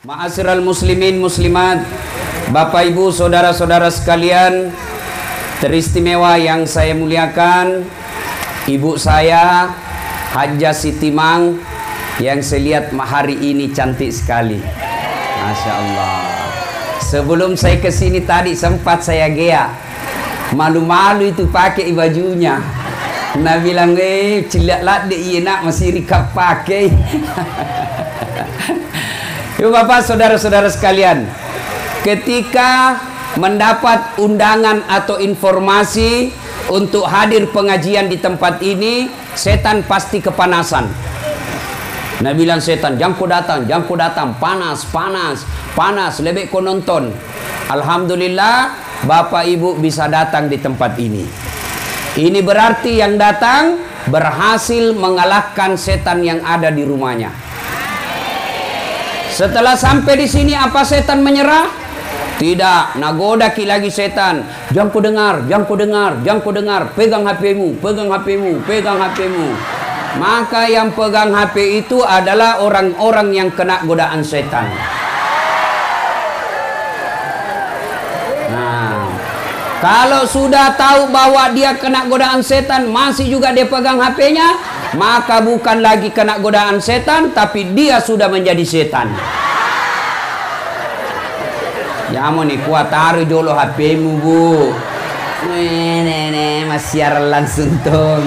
Ma'asyiral muslimin muslimat, Bapak Ibu saudara-saudara sekalian teristimewa yang saya muliakan, ibu saya Hajjah Siti Mang yang saya lihat hari ini cantik sekali, Masya Allah. Sebelum saya kesini tadi sempat saya gea, malu-malu itu pakai bajunya. Nah bilang cilat deh iya nak masih rikap pakai. Ibu bapak saudara-saudara sekalian, ketika mendapat undangan atau informasi untuk hadir pengajian di tempat ini, setan pasti kepanasan. Nah bilang setan, jangan kau datang, panas, lebih kau nonton. Alhamdulillah bapak ibu bisa datang di tempat ini. Ini berarti yang datang berhasil mengalahkan setan yang ada di rumahnya. Setelah sampai di sini apa setan menyerah? Tidak, nagoda lagi setan. Jangan kau dengar, pegang HP-mu. Maka yang pegang HP itu adalah orang-orang yang kena godaan setan. Nah, kalau sudah tahu bahwa dia kena godaan setan, masih juga dia pegang HP-nya, maka bukan lagi kena godaan setan, tapi dia sudah menjadi setan. Ya mau nih kuat taruh jolo HP-mu bu. Mas siaran langsung tong.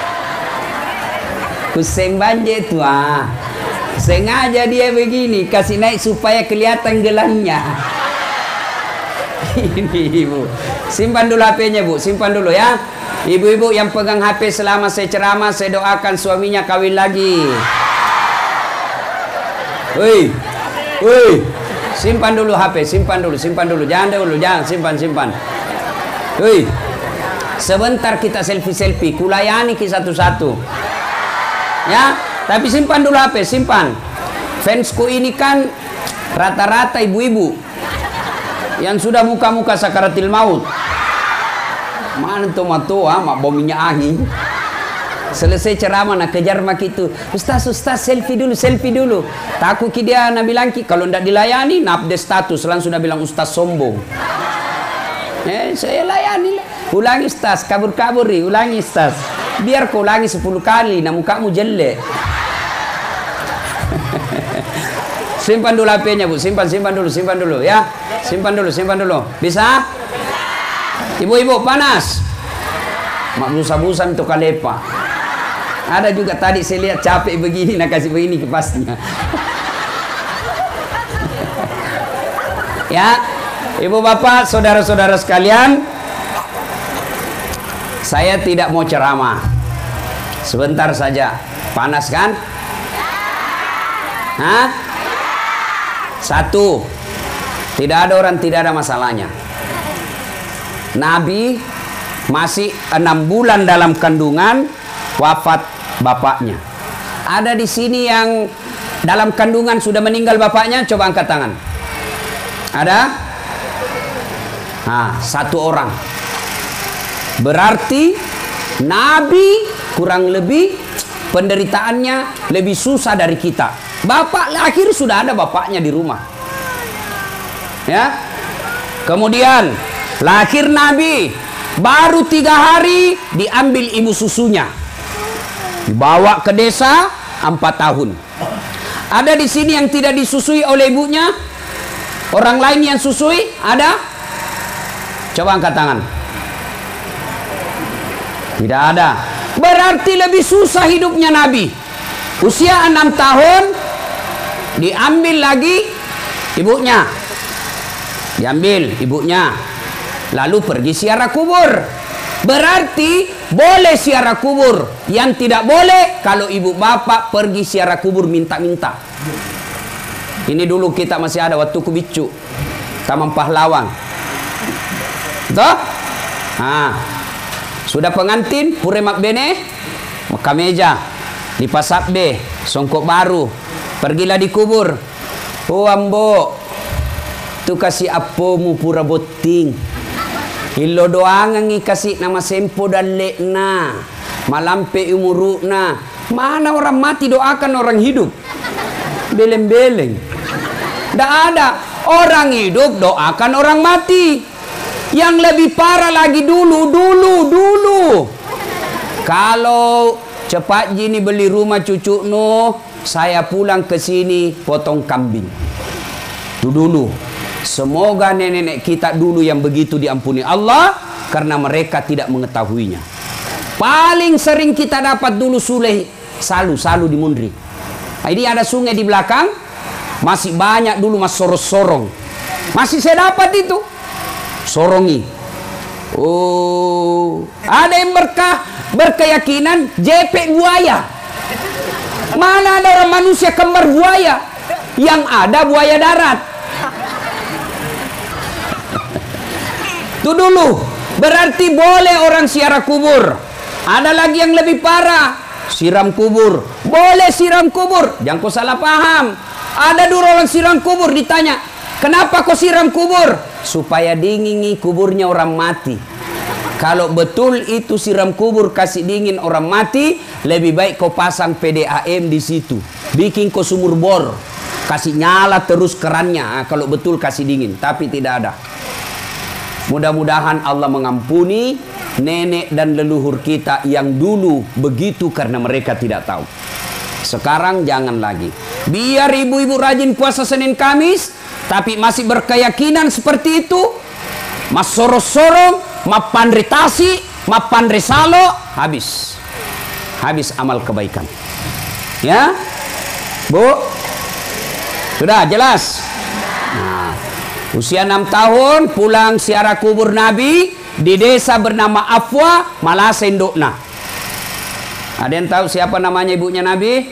Kuseng banjir tu sengaja dia begini, kasih naik supaya kelihatan gelangnya. Ini ibu, simpan dulu HP-nya bu, simpan dulu ya. Ibu-ibu yang pegang HP selama saya ceramah, saya doakan suaminya kawin lagi. Woi, simpan dulu HP, simpan dulu, jangan simpan. Woi, sebentar kita selfie, kulayani ke satu-satu. Ya, tapi simpan dulu HP, simpan. Fansku ini kan rata-rata ibu-ibu yang sudah muka-muka sakaratil maut. Mana tuh matua mak bau minyak angin. Selesai ceramah nak kejar mak itu. Ustaz selfie dulu. Takut dia nak bilang kalau ndak dilayani nak update status langsung nak bilang ustaz sombong. Saya layani. Ulangi ustaz, kabur-kaburi, ulangi ustaz. Biar kau ulangi 10 kali nak mukamu jelek. Simpan dulu HP-nya bu, simpan dulu ya. Simpan dulu. Bisa? Ibu-ibu panas. Mak busa-busan untuk kalepa. Ada juga tadi saya lihat capek begini nak kasih begini kipasnya. Ya, ibu bapak, saudara-saudara sekalian, saya tidak mau ceramah. Sebentar saja. Panas kan? Hah? Satu, tidak ada orang tidak ada masalahnya. Nabi masih 6 bulan dalam kandungan, wafat bapaknya. Ada di sini yang dalam kandungan sudah meninggal bapaknya, coba angkat tangan. Ada? Nah, 1 orang. Berarti Nabi kurang lebih penderitaannya lebih susah dari kita. Bapak lahir sudah ada bapaknya di rumah. Ya. Kemudian lahir Nabi, baru 3 hari diambil ibu susunya, dibawa ke desa 4 tahun. Ada di sini yang tidak disusui oleh ibunya? Orang lain yang susui? Ada? Coba angkat tangan. Tidak ada. Berarti lebih susah hidupnya Nabi. Usia 6 tahun diambil lagi ibunya. Lalu pergi ziarah kubur. Berarti boleh ziarah kubur. Yang tidak boleh kalau ibu bapak pergi ziarah kubur minta-minta. Ini dulu kita masih ada waktu kubicu Taman Pahlawan. Toh? Sudah pengantin pure mak bene maka meja dipasak be songkok baru. Pergilah di kubur. Oh ambo, tu kasih apomu pura boting. Ilo doangan kasih nama sempo dan lekna. Malampe umurukna. Mana orang mati doakan orang hidup? Beleng-beleng. Tidak ada. Orang hidup doakan orang mati. Yang lebih parah lagi dulu. Kalau cepat gini beli rumah cucu no, saya pulang ke sini potong kambing. Itu dulu. Semoga nenek-nenek kita dulu yang begitu diampuni Allah karena mereka tidak mengetahuinya. Paling sering kita dapat dulu suleh salu di Mundri. Nah, ini ada sungai di belakang, masih banyak dulu mas sorong. Masih saya dapat itu. Sorongi. Oh, ada yang berkeyakinan JP buaya. Mana ada orang manusia kembar buaya? Yang ada buaya darat. Itu dulu. Berarti boleh orang siara kubur. Ada lagi yang lebih parah. Siram kubur. Boleh siram kubur. Jangan kau salah paham. Ada dulu orang siram kubur ditanya, kenapa kau siram kubur? Supaya dingin kuburnya orang mati. Kalau betul itu siram kubur kasih dingin orang mati, lebih baik kau pasang PDAM di situ. Bikin kau sumur bor. Kasih nyala terus kerannya. Nah, kalau betul kasih dingin. Tapi tidak ada. Mudah-mudahan Allah mengampuni nenek dan leluhur kita yang dulu begitu karena mereka tidak tahu. Sekarang jangan lagi. Biar ibu-ibu rajin puasa Senin Kamis, tapi masih berkeyakinan seperti itu. Mas sorong, mapandre tasi, mapandre salo, habis. Habis amal kebaikan. Ya? Bu? Sudah jelas? Nah, usia 6 tahun pulang ziarah kubur Nabi di desa bernama Afwa, Malasa Indokna. Ada yang tahu siapa namanya ibunya Nabi?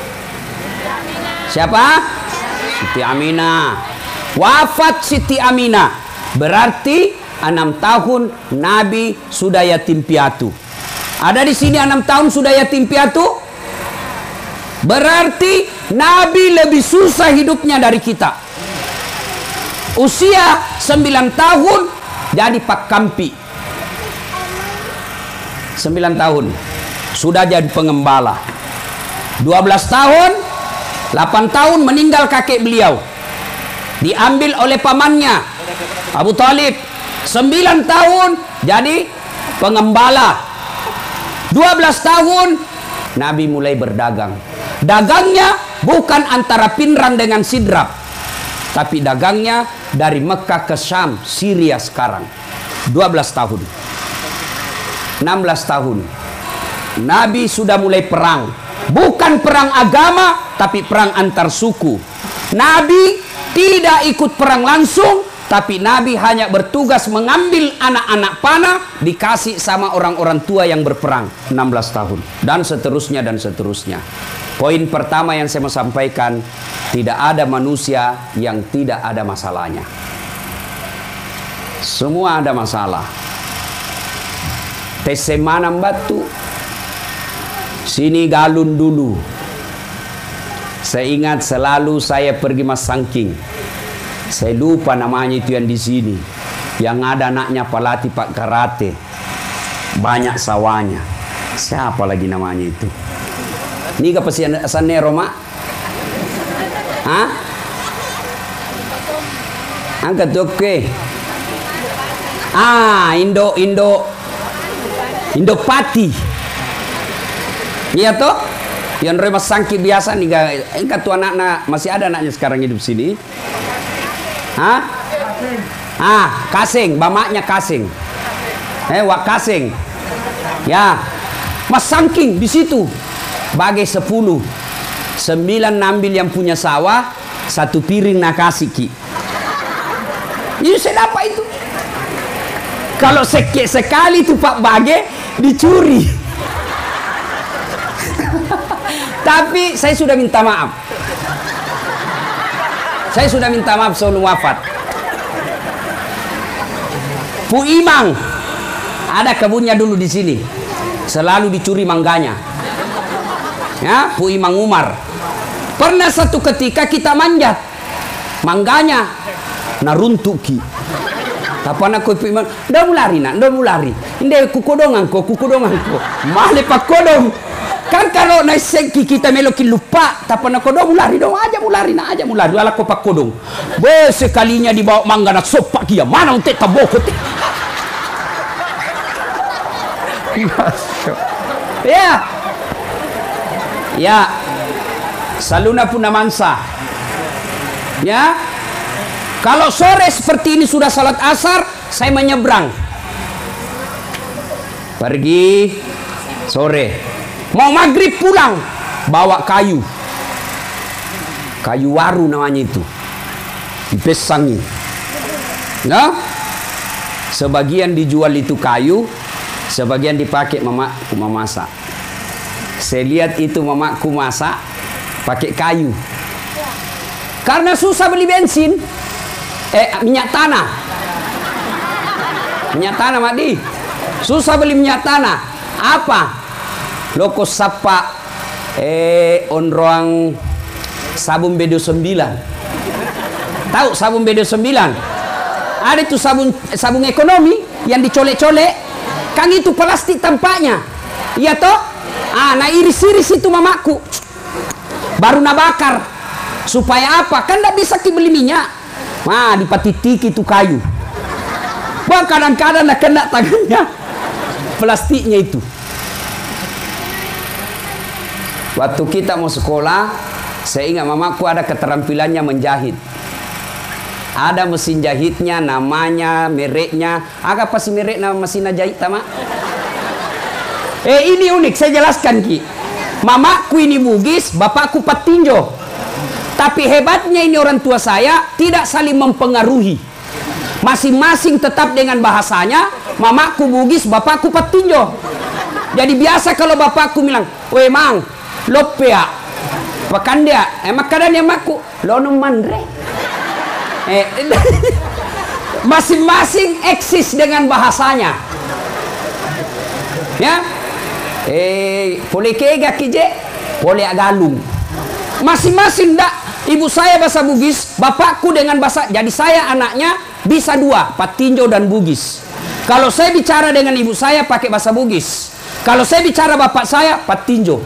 Siapa? Siti Aminah. Wafat Siti Aminah. Berarti 6 tahun Nabi sudah yatim piatu. Ada di sini 6 tahun sudah yatim piatu? Berarti Nabi lebih susah hidupnya dari kita. Usia 9 tahun jadi Pak Kampi. 9 tahun sudah jadi pengembala. 12 tahun, 8 tahun meninggal kakek beliau. Diambil oleh pamannya Abu Talib. 9 tahun jadi pengembala. 12 tahun Nabi mulai berdagang. Dagangnya bukan antara Pinrang dengan Sidrap, tapi dagangnya dari Mekah ke Syam, Syria sekarang. 12 tahun. 16 tahun Nabi sudah mulai perang. Bukan perang agama, tapi perang antar suku. Nabi tidak ikut perang langsung, tapi Nabi hanya bertugas mengambil anak-anak panah, dikasih sama orang-orang tua yang berperang. 16 tahun. Dan seterusnya dan seterusnya. Poin pertama yang saya mau sampaikan, tidak ada manusia yang tidak ada masalahnya. Semua ada masalah. Tesemanam batu. Sini galun dulu. Saya ingat selalu saya pergi Mas Sangking. Saya lupa namanya itu yang di sini. Yang ada anaknya pelatih Pak Karate. Banyak sawahnya. Siapa lagi namanya itu? Ini ke pesan Sanero, Mak? Hah? Angkat oke. Indopati. Iya toh? Yang Mas Sangki biasa nih, engkau tuh anak-anak masih ada anaknya sekarang hidup sini. Hah? Kasing, bamaknya Kasing. Wak Kasing. Ya. Mas Sangking di situ. Bagai 10. 9 nambil yang punya sawah, 1 piring nak kasih ki. Ini saya dapat itu. Kalau sekali itu Pak Bage dicuri. Tapi saya sudah minta maaf. Saya sudah minta maaf sebelum wafat. Pu Imang ada kebunnya dulu di sini. Selalu dicuri mangganya. Ya, Pu Imang Umar. Pernah satu ketika kita manjat mangganya naruntuki. Tapana ko Pu Imang, "Ndak mulari nak, ndak mulari. Inde kukodongan ko. Male pak kodong." Kan kalau naisengki kita melokin lupa, tapi nak kodong mulari dong aja mulari ala kopak kodong. Sekalinya dibawa mangga nak sopak kia mana untuk taboko teh. Ya, saluna pun namansa. Ya, kalau sore seperti ini sudah salat asar, saya menyeberang. Pergi sore. Mau maghrib pulang, bawa kayu waru namanya itu, dipesangi. Nah, sebagian dijual itu kayu, sebagian dipakai mamaku memasak. Saya lihat itu mamaku masak pakai kayu, karena susah beli bensin, minyak tanah, Madi, susah beli minyak tanah. Apa? Loko sapa onroang sabun BD9. Tahu sabun BD9? Ada itu sabun ekonomi yang dicolek-colek. Kan itu plastik tampaknya. Iya toh? Nah iris-iris itu mamaku. Baru nabakar. Supaya apa? Kan tidak bisa beli minyak. Nah dipatitik itu kayu. Wah kadang-kadang nak kena tangannya plastiknya itu. Waktu kita mau sekolah, saya ingat mamaku ada keterampilannya menjahit. Ada mesin jahitnya, namanya, mereknya. Apa sih merek nama mesin jahit, Tama? Ini unik, saya jelaskan, Ki. Mamaku ini Bugis, bapakku Patinjo. Tapi hebatnya ini orang tua saya tidak saling mempengaruhi. Masing-masing tetap dengan bahasanya. Mamaku Bugis, bapakku Patinjo. Jadi biasa kalau bapakku bilang, "Weh, Mang, lopea pakan dia makanan yang maku lono mandre." Masing-masing eksis dengan bahasanya. Ya, boleh kega kije, boleh agalung. Masing-masing dak. Ibu saya bahasa Bugis, bapakku dengan bahasa. Jadi saya anaknya bisa dua, Patinjo dan Bugis. Kalau saya bicara dengan ibu saya pakai bahasa Bugis. Kalau saya bicara bapak saya Patinjo.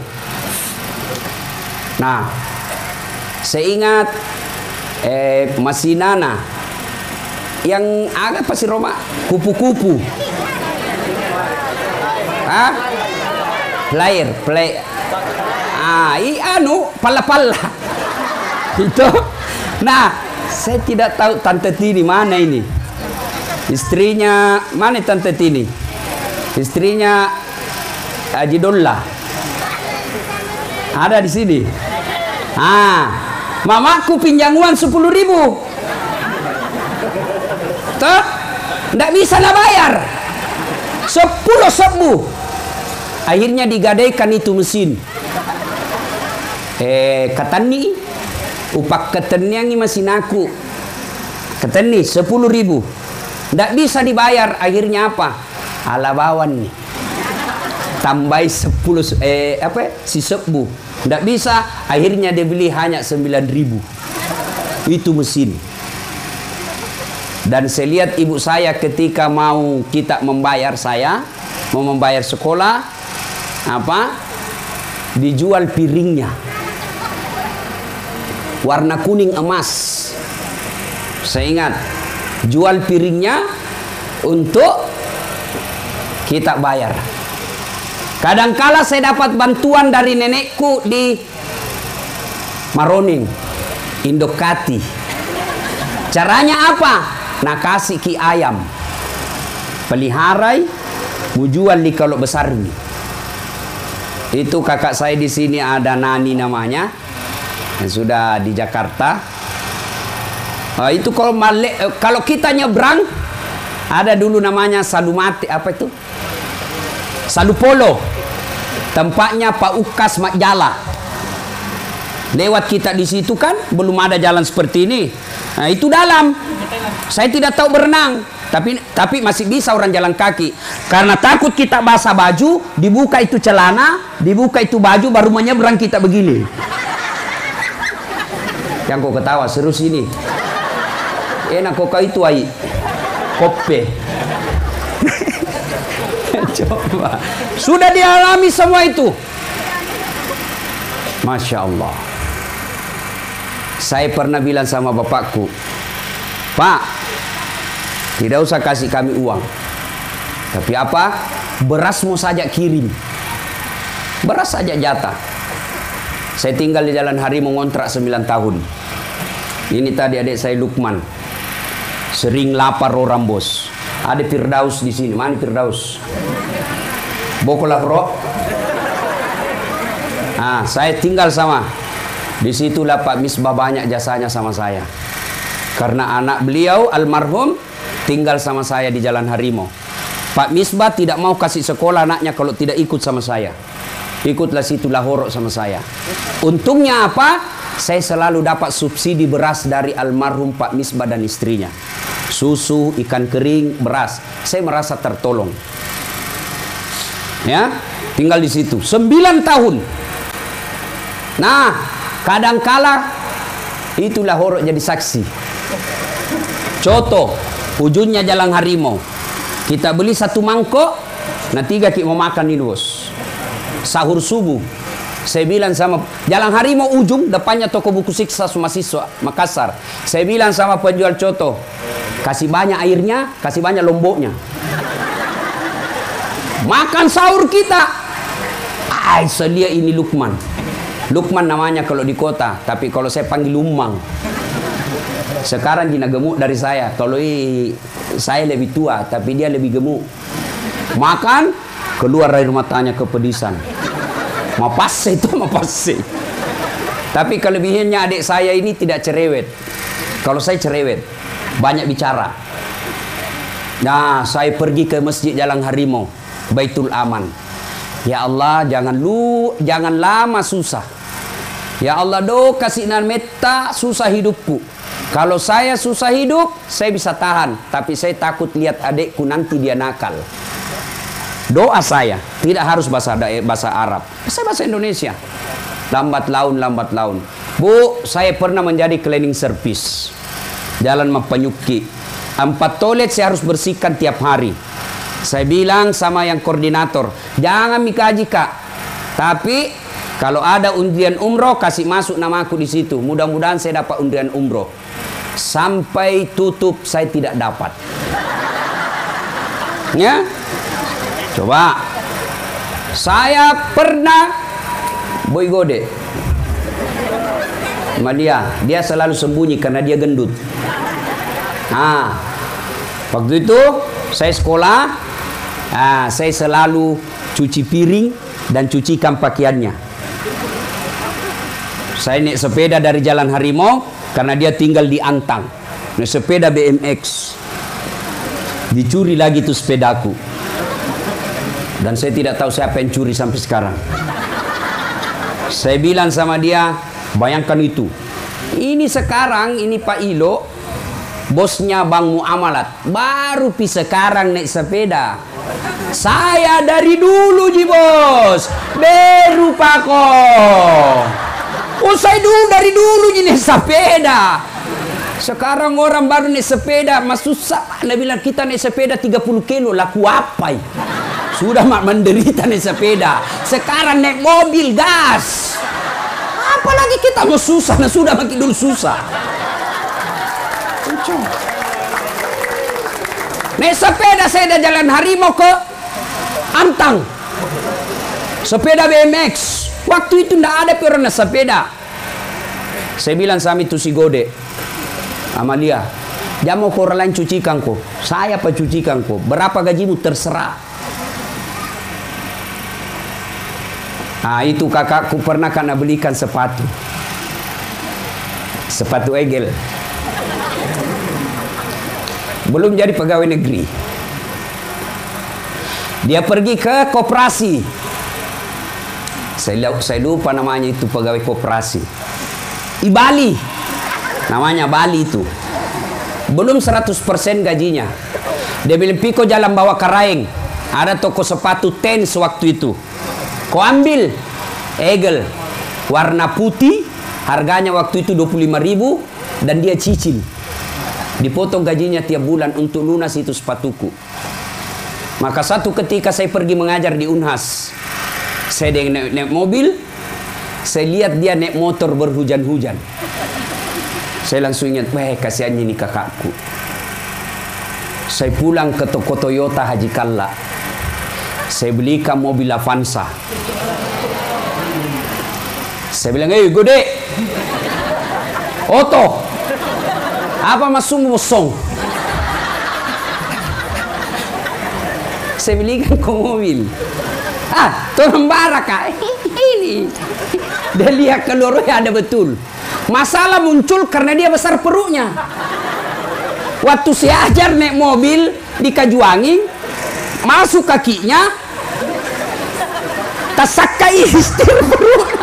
Nah, saya ingat Masinana yang agak pasti Roma kupu-kupu. Player. Pala-pala. Itu. Nah, saya tidak tahu Tante Tini mana ini. Istrinya mana Tante Tini? Istrinya Haji Dolla. Ada di sini. Mamaku pinjam uang 10.000. Tuh, ndak bisa nak bayar. 10.000. Akhirnya digadaikan itu mesin. Katani, upak katani yang mesin aku. Katani 10.000. Ndak bisa dibayar. Akhirnya apa? Alabawan nih. Tambah 10 si 10. Tidak bisa, akhirnya dia beli hanya 9.000. Itu mesin. Dan saya lihat ibu saya ketika mau kita membayar mau membayar sekolah, dijual piringnya. Warna kuning emas. Saya ingat, jual piringnya untuk kita bayar. Kadangkala saya dapat bantuan dari nenekku di Maroning, Indokati. Caranya apa? Nak kasih ki ayam, peliharai, bujual di kalau besar ini. Itu kakak saya di sini ada Nani namanya, yang sudah di Jakarta. Itu kalau kita nyebrang, ada dulu namanya Salumati, apa itu? Salupolo, tempatnya Pak Ukas Makjala. Lewat kita di situ kan, belum ada jalan seperti ini. Nah, itu dalam. Saya tidak tahu berenang, tapi masih bisa orang jalan kaki. Karena takut kita basah baju, dibuka itu celana, dibuka itu baju, baru menyeberang kita begini. Yang kau ketawa serius ini. Enak kok itu ai. Kope. Coba. Sudah dialami semua itu. Masya Allah. Saya pernah bilang sama bapakku, Pak, tidak usah kasih kami uang. Tapi apa? Beras mau saja kirim. Beras saja jatah. Saya tinggal di Jalan Harimau ngontrak 9 tahun. Ini tadi adik saya Lukman. Sering lapar orang bos. Ada Firdaus di sini. Mana Firdaus? Bokolah bro. Nah, saya tinggal sama. Disitulah Pak Misbah banyak jasanya sama saya. Karena anak beliau almarhum tinggal sama saya di Jalan Harimau. Pak Misbah tidak mau kasih sekolah anaknya kalau tidak ikut sama saya. Ikutlah situ Lahoro sama saya. Untungnya apa? Saya selalu dapat subsidi beras dari almarhum Pak Misbah dan istrinya. Susu, ikan kering, beras. Saya merasa tertolong. Ya, tinggal di situ 9 tahun. Nah, kadangkala itu Lahoro jadi saksi. Contoh, ujungnya Jalan Harimau. Kita beli 1 mangkok, nah 3 kita mau makan ini bos. Sahur subuh. Saya bilang sama Jalan Harimau ujung, depannya toko buku Siksa Mahasiswa Makassar. Saya bilang sama penjual coto, kasih banyak airnya, kasih banyak lomboknya. Makan sahur kita. Selia ini Lukman. Lukman namanya kalau di kota, tapi kalau saya panggil Lumang. Sekarang dia gemuk dari saya. Kalau saya lebih tua, tapi dia lebih gemuk. Makan, keluar dari matanya kepedisan. Mapase itu mapase. Tapi kelebihannya adik saya ini tidak cerewet. Kalau saya cerewet, banyak bicara. Nah, saya pergi ke Masjid Jalan Harimau, Baitul Aman. Ya Allah, jangan lama susah. Ya Allah, kasih meta susah hidupku. Kalau saya susah hidup, saya bisa tahan. Tapi saya takut lihat adikku nanti dia nakal. Doa saya tidak harus bahasa Arab, bahasa Indonesia. Lambat laun. Bu, saya pernah menjadi cleaning service Jalan Mapanyuki. 4 toilet saya harus bersihkan tiap hari. Saya bilang sama yang koordinator, jangan mikaji kak. Tapi kalau ada undian umroh, kasih masuk namaku di situ. Mudah-mudahan saya dapat undian umroh. Sampai tutup saya tidak dapat. Ya. Coba. Saya pernah boy gode sama dia selalu sembunyi karena dia gendut. Nah, waktu itu saya sekolah, saya selalu cuci piring dan cucikan pakaiannya. Saya naik sepeda dari Jalan Harimau karena dia tinggal di Antang. Naik sepeda BMX. Dicuri lagi tuh sepedaku. Dan saya tidak tahu siapa yang curi sampai sekarang. Saya bilang sama dia, bayangkan itu. Ini sekarang, ini Pak Ilo, bosnya Bang Muamalat. Baru sekarang naik sepeda. Saya dari dulu ji bos. Baru Pak Ko. Oh saya dari dulu ji naik sepeda. Sekarang orang baru naik sepeda, mas susah. Anda bilang kita naik sepeda 30 kilo, laku apa ya? Sudah mak menderita naik sepeda. Sekarang naik mobil gas. Apalagi kita mau susah, nah sudah makin dulu susah. Naik sepeda saya dari Jalan Harimau ke Antang. Sepeda BMX. Waktu itu ndak ada orang naik sepeda. Saya bilang sama itu si Gode, Amalia, jangan mau orang lain cucikan kok. Saya apa cucikan kok. Berapa gajimu terserah. Nah itu kakakku pernah karena belikan sepatu Egel. Belum jadi pegawai negeri. Dia pergi ke koperasi. Saya lupa namanya itu pegawai koperasi. Di Bali. Namanya Bali itu. Belum 100% gajinya. Dia bilang, Piko jalan bawa Karaeng. Ada toko sepatu Tens waktu itu. Kau ambil Egel warna putih, harganya waktu itu 25.000 dan dia cicil. Dipotong gajinya tiap bulan untuk lunas itu sepatuku. Maka satu ketika saya pergi mengajar di Unhas, saya naik mobil, Saya lihat dia naik motor berhujan-hujan. Saya langsung ingat, wah kasihannya ini kakakku. Saya pulang ke toko Toyota Haji Kalla. Saya belikan mobil Avanza. Saya bilang, gede, Oto, apa masuk mosong? Saya belikan ke mobil. Tolong baraka. Ini. Dia lihat keluarnya ada betul. Masalah muncul karena dia besar perutnya. Waktu saya ajar naik mobil di Kajuwangi, masuk kakinya, tersakai setir perutnya.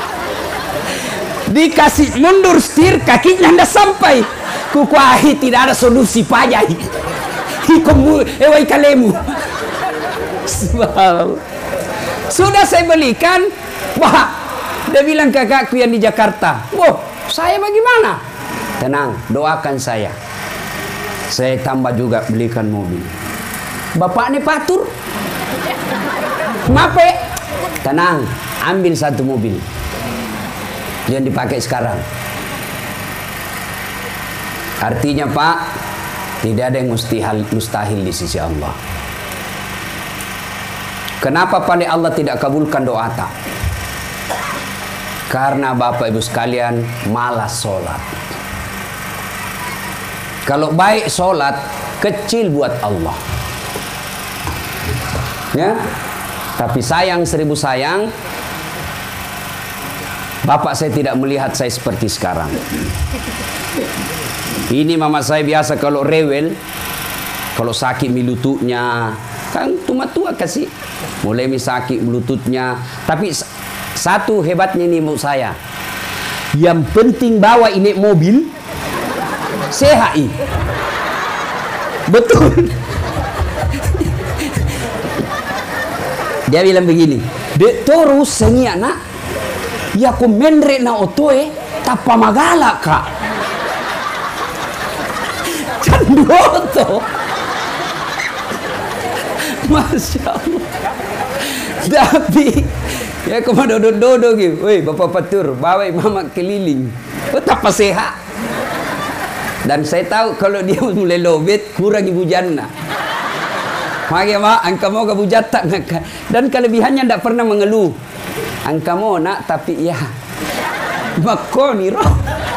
Dikasih mundur setir, kakinya tidak sampai. Kukuahi tidak ada solusi payah. Ewai kalemu. Sudah saya belikan. Wah, dia bilang kakakku yang di Jakarta, wah, saya bagaimana? Tenang, doakan saya. Saya tambah juga belikan mobil. Bapak ini patur. Mape. Tenang, ambil satu mobil yang dipakai sekarang. Artinya Pak, tidak ada yang mustahil di sisi Allah. Kenapa pandai Allah tidak kabulkan doa tak? Karena Bapak Ibu sekalian malas sholat. Kalau baik sholat, kecil buat Allah. Ya, tapi sayang seribu sayang, Bapak saya tidak melihat saya seperti sekarang. Ini mama saya biasa kalau rewel, kalau sakit lututnya, kan tua-tua kasih, mulai sakit lututnya. Tapi satu hebatnya ini ibu saya, yang penting bawa ini mobil CHI, betul. Dia bilang begini, dek terus sengi anak, ya ku mendre na otoe tapa magala kak. Candoto. Masya Allah. Tapi ya cuma dodo gitu. Woi bapak patur, bawa mama keliling. Betapa sehat. Dan saya tahu kalau dia mulai lobet kurang ibu jannah. Makanya mak, angka mau ke bujata. Dan kelebihannya tidak pernah mengeluh. Angka mau nak tapi ya makoni roh.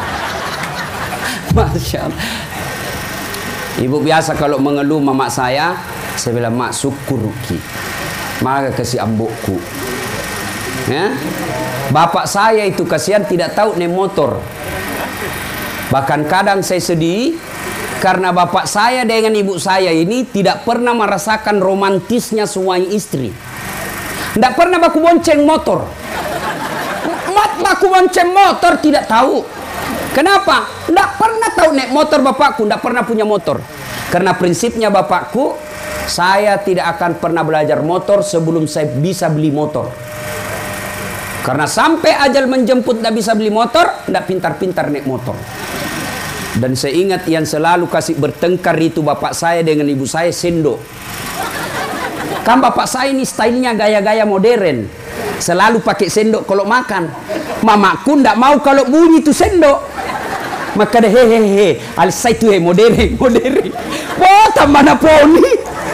Masya Allah. Ibu biasa kalau mengeluh mama saya bilang mak syukur ki, maka kasih ambokku. Ya? Bapak saya itu kasihan tidak tahu naik motor. Bahkan kadang saya sedih karena bapak saya dengan ibu saya ini tidak pernah merasakan romantisnya suami istri. Tidak pernah baku bonceng motor. Baku bonceng motor tidak tahu. Kenapa? Tidak pernah tahu naik motor bapakku. Tidak pernah punya motor. Karena prinsipnya bapakku, saya tidak akan pernah belajar motor sebelum saya bisa beli motor. Karena sampai ajal menjemput tidak bisa beli motor, tidak pintar-pintar naik motor. Dan saya ingat yang selalu kasih bertengkar itu bapak saya dengan ibu saya sendok. Kan bapak saya ini stylenya gaya-gaya modern. Selalu pakai sendok kalau makan. Mamaku tidak mau kalau bunyi itu sendok. Maka deh hehehe, alisai itu modern. Wah, tambah na poni.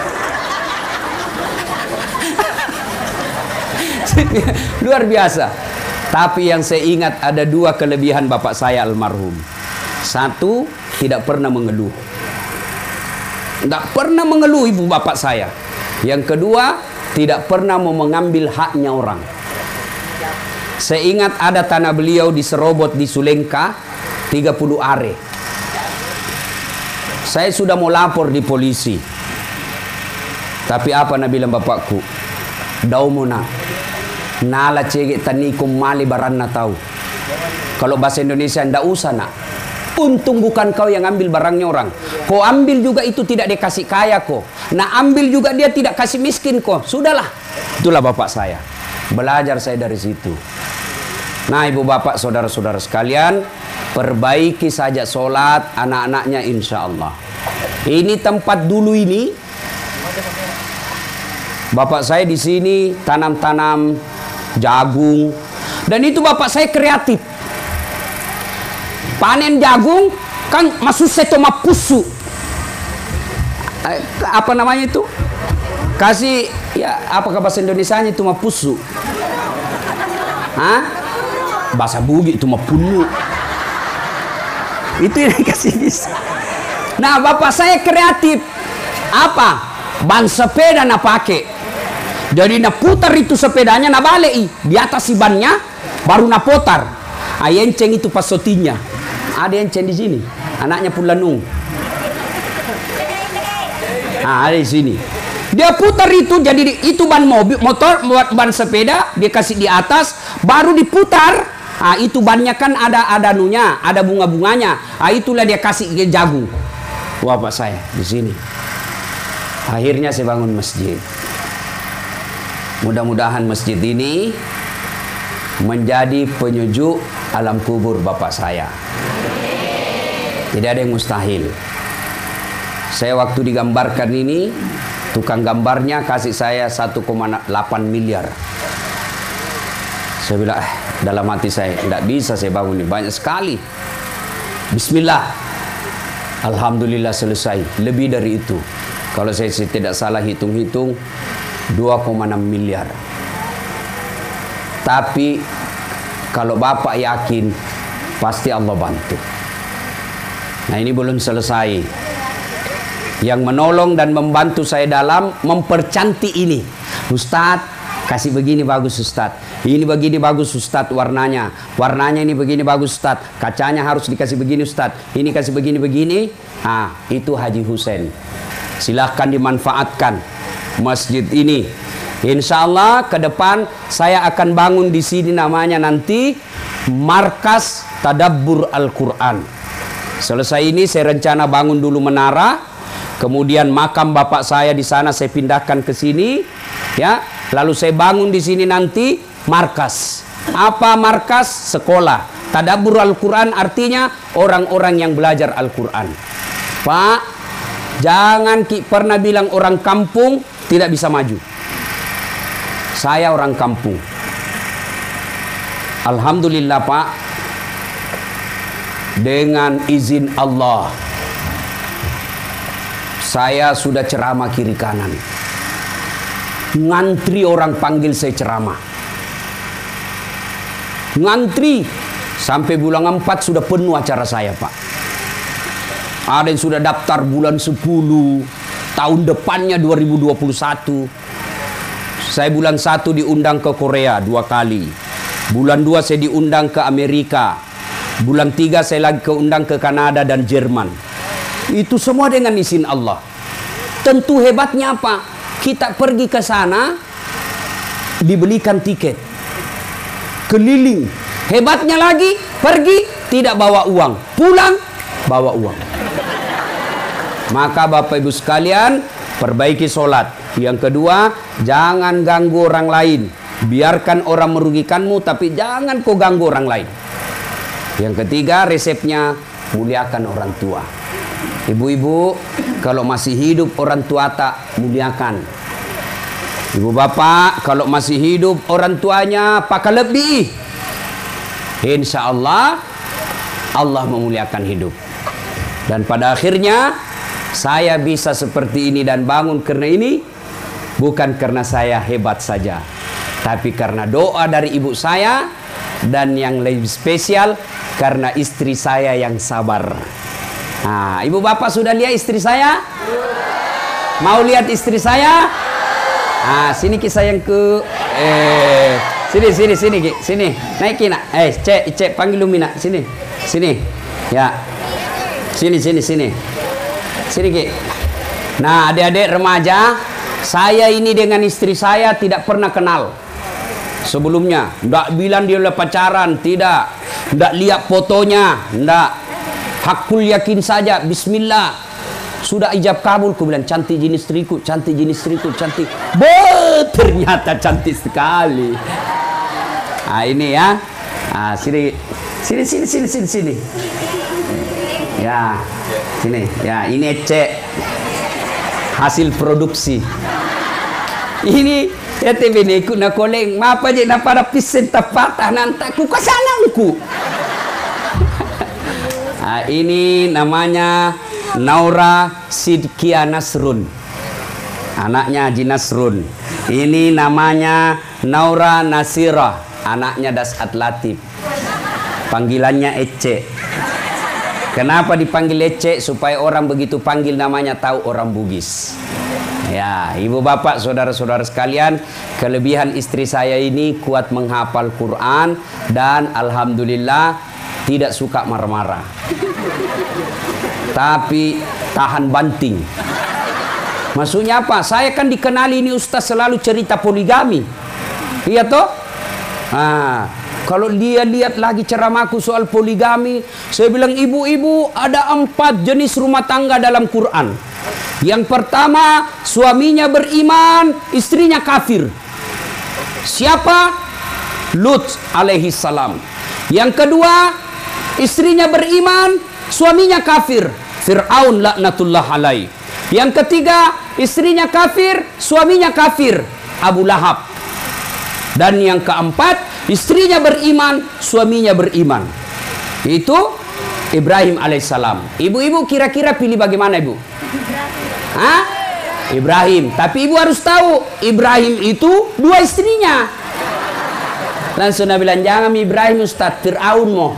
Luar biasa. Tapi yang saya ingat ada dua kelebihan bapak saya almarhum. Satu, tidak pernah mengeluh. Tidak pernah mengeluh ibu bapak saya. Yang kedua, tidak pernah mau mengambil haknya orang. Saya ingat ada tanah beliau di Serobot di Sulengka, 30 are. Saya sudah mau lapor di polisi. Tapi apa nak bilang bapakku? Daumuna. Nala cegek tanikum mali baranna tahu. Kalau bahasa Indonesia ndak usah nak. Untung bukan kau yang ambil barangnya orang. Kau ambil juga itu tidak dikasih kaya kok. Nah ambil juga dia tidak kasih miskin kok. Sudahlah. Itulah bapak saya. Belajar saya dari situ. Nah ibu bapak saudara-saudara sekalian, perbaiki saja sholat anak-anaknya insya Allah. Ini tempat dulu ini. Bapak saya di sini tanam-tanam jagung. Dan itu bapak saya kreatif. Panen jagung kan masuk setoma pusu. Apa namanya itu? Kasih ya, apakah bahasa Indonesianya itu mapusu? Hah? Bahasa Bugis itu mapunu. Itu yang kasih bisa. Nah, bapak saya kreatif. Apa? Ban sepeda na pakai. Jadi na putar itu sepedanya na balik di atas si bannya baru na putar. Enceng itu pasotinya. Ada enceng di sini. Anaknya pun lanung. Ada di sini. Dia putar itu jadi itu ban mobil, motor, ban sepeda, dia kasih di atas, baru diputar. Itu bannya kan ada nunya, ada bunga-bunganya. Itulah dia kasih ke jagung. Wah, Pak saya di sini. Akhirnya saya bangun masjid. Mudah-mudahan masjid ini menjadi penyejuk alam kubur bapak saya. Tidak ada yang mustahil. Saya waktu digambarkan ini, tukang gambarnya kasih saya 1,8 miliar. Saya bilang, dalam hati saya, tidak bisa saya bangun ini, banyak sekali. Bismillah. Alhamdulillah selesai. Lebih dari itu. Kalau saya tidak salah hitung-hitung, 2,6 miliar. Tapi kalau bapak yakin, pasti Allah bantu. Nah, ini belum selesai. Yang menolong dan membantu saya dalam mempercantik ini. Ustadz, kasih begini bagus Ustadz. Ini begini bagus Ustadz warnanya. Warnanya ini begini bagus Ustadz. Kacanya harus dikasih begini Ustadz. Ini kasih begini-begini. Itu Haji Hussein. Silahkan dimanfaatkan masjid ini. Insya Allah ke depan saya akan bangun di sini, namanya nanti Markas Tadabbur Al-Quran. Selesai ini saya rencana bangun dulu menara, kemudian makam bapak saya di sana saya pindahkan ke sini, ya. Lalu saya bangun di sini nanti markas. Apa markas? Sekolah. Tadabbur Al-Quran artinya orang-orang yang belajar Al-Quran. Pak, jangan pernah bilang orang kampung tidak bisa maju. Saya orang kampung. Alhamdulillah Pak, dengan izin Allah, saya sudah ceramah kiri kanan. Ngantri orang panggil saya ceramah. Ngantri. Sampai bulan 4 sudah penuh acara saya Pak. Ada yang sudah daftar bulan 10. Tahun depannya 2021. Saya bulan 1 diundang ke Korea 2 kali. Bulan 2 saya diundang ke Amerika. Bulan 3 saya lagi keundang ke Kanada dan Jerman. Itu semua dengan izin Allah. Tentu hebatnya apa? Kita pergi ke sana, dibelikan tiket. Keliling. Hebatnya lagi, pergi tidak bawa uang. Pulang, bawa uang. Maka Bapak Ibu sekalian, perbaiki sholat. Yang kedua, jangan ganggu orang lain. Biarkan orang merugikanmu, tapi jangan kau ganggu orang lain. Yang ketiga, resepnya muliakan orang tua. Ibu-ibu, kalau masih hidup orang tua tak muliakan. Ibu bapak, kalau masih hidup orang tuanya pakai lebih. Insya Allah, Allah memuliakan hidup. Dan pada akhirnya, saya bisa seperti ini dan bangun karena ini, bukan karena saya hebat saja, tapi karena doa dari ibu saya, dan yang lebih spesial karena istri saya yang sabar. Nah, ibu bapak sudah lihat istri saya? Mau lihat istri saya? Nah, sini kisah yang ke sini Ki, sini naikin nak. Cek panggil Lumina, sini ya, sini Ki. Nah, adik-adik remaja, saya ini dengan istri saya tidak pernah kenal sebelumnya. Nggak bilang dia udah pacaran, tidak. Nggak lihat fotonya, nggak. Hakul yakin saja, bismillah. Sudah ijab kabul, ku bilang cantik jenis istriku, cantik jenis istriku, cantik. Ternyata cantik sekali. Nah, ini ya. Nah, sini. Ya, sini. Ya, ini cek hasil produksi. Ini Ya tebini ku na koleng mapa je na para pisen tapata nanta ku kasanangku. Nah, ini namanya Naura Sidkia Nasrun. Anaknya Haji Nasrun. Ini namanya Naura Nasira, anaknya Dasat Latif. Panggilannya Ece. Kenapa dipanggil Ece? Supaya orang begitu panggil namanya tahu orang Bugis. Ya, ibu bapak, saudara-saudara sekalian, kelebihan istri saya ini kuat menghafal Quran dan alhamdulillah tidak suka marah-marah. Tapi tahan banting. Maksudnya apa? Saya kan dikenali ini Ustaz selalu cerita poligami. Iya toh? Nah, kalau dia lihat lagi ceramahku soal poligami, saya bilang ibu-ibu ada 4 jenis rumah tangga dalam Quran. Yang pertama, suaminya beriman, istrinya kafir. Siapa? Lut alaihi salam. Yang kedua, istrinya beriman, suaminya kafir. Fir'aun laknatullah alaih. Yang ketiga, istrinya kafir, suaminya kafir. Abu Lahab. Dan yang keempat, istrinya beriman, suaminya beriman. Itu Ibrahim alaihissalam. Ibu-ibu kira-kira pilih bagaimana ibu? Hah? Ibrahim. Tapi ibu harus tahu, Ibrahim itu 2 istrinya. Langsung Nabi bilang, jangan Ibrahim Ustaz, Fir'aun mo.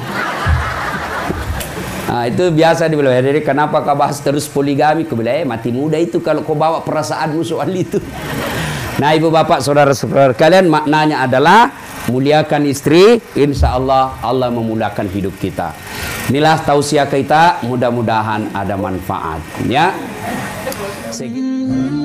Nah, itu biasa dibilang. Jadi kenapa kau bahas terus poligami? Kau bilang, mati muda itu kalau kau bawa perasaanmu soal itu. Nah, ibu bapak, saudara-saudara kalian, maknanya adalah muliakan istri, insya Allah Allah memudahkan hidup kita. Inilah tausiah kita, mudah-mudahan ada manfaat. Ya.